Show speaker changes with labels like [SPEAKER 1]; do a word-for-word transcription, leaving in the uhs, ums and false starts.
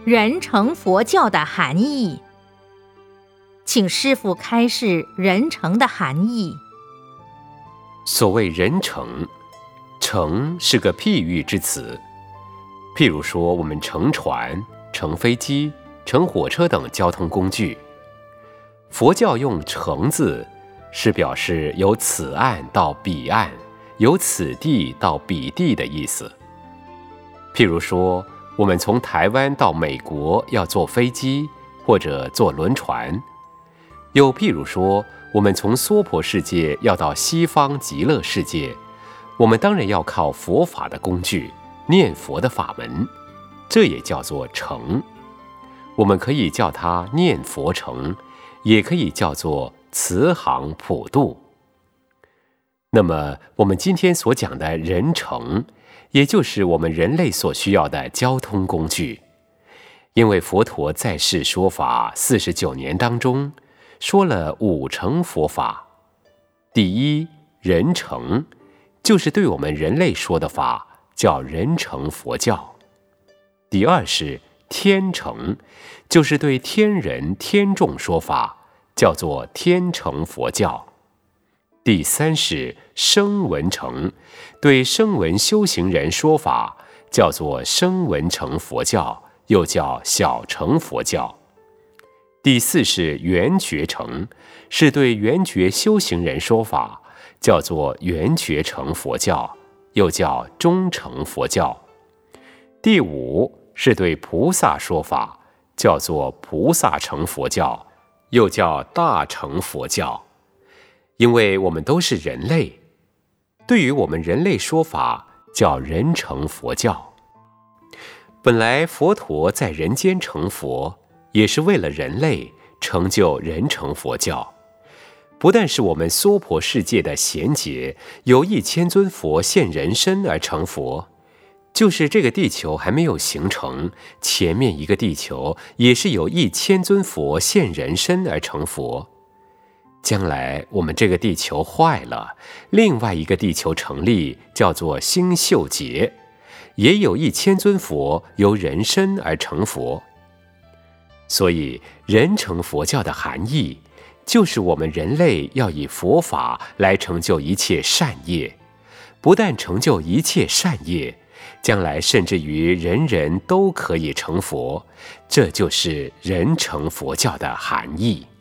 [SPEAKER 1] 人成佛教的含义，请师父开示人成的含义。
[SPEAKER 2] 所谓人成，成是个譬喻之词，譬如说我们乘船、乘飞机、乘火车等交通工具。佛教用成字，是表示由此岸到彼岸，由此地到彼地的意思。譬如说我们从台湾到美国要坐飞机或者坐轮船，又譬如说我们从娑婆世界要到西方极乐世界，我们当然要靠佛法的工具，念佛的法门，这也叫做成。我们可以叫它念佛成，也可以叫做慈航普渡。那么我们今天所讲的人成，也就是我们人类所需要的交通工具。因为佛陀在世说法四十九年当中，说了五乘佛法。第一，人成，就是对我们人类说的法，叫人成佛教。第二是天成，就是对天人天众说法，叫做天成佛教。第三是声闻成，对声闻修行人说法，叫做声闻成佛教，又叫小乘佛教。第四是缘觉成，是对缘觉修行人说法，叫做缘觉成佛教，又叫中乘佛教。第五是对菩萨说法，叫做菩萨成佛教，又叫大乘佛教。因为我们都是人类，对于我们人类说法叫人成佛教。本来佛陀在人间成佛，也是为了人类成就人成佛教。不但是我们娑婆世界的贤劫有一千尊佛现人身而成佛，就是这个地球还没有形成，前面一个地球也是有一千尊佛现人身而成佛。将来我们这个地球坏了，另外一个地球成立，叫做星宿劫，也有一千尊佛由人身而成佛。所以人成佛教的含义，就是我们人类要以佛法来成就一切善业，不但成就一切善业，将来甚至于人人都可以成佛，这就是人成佛教的含义。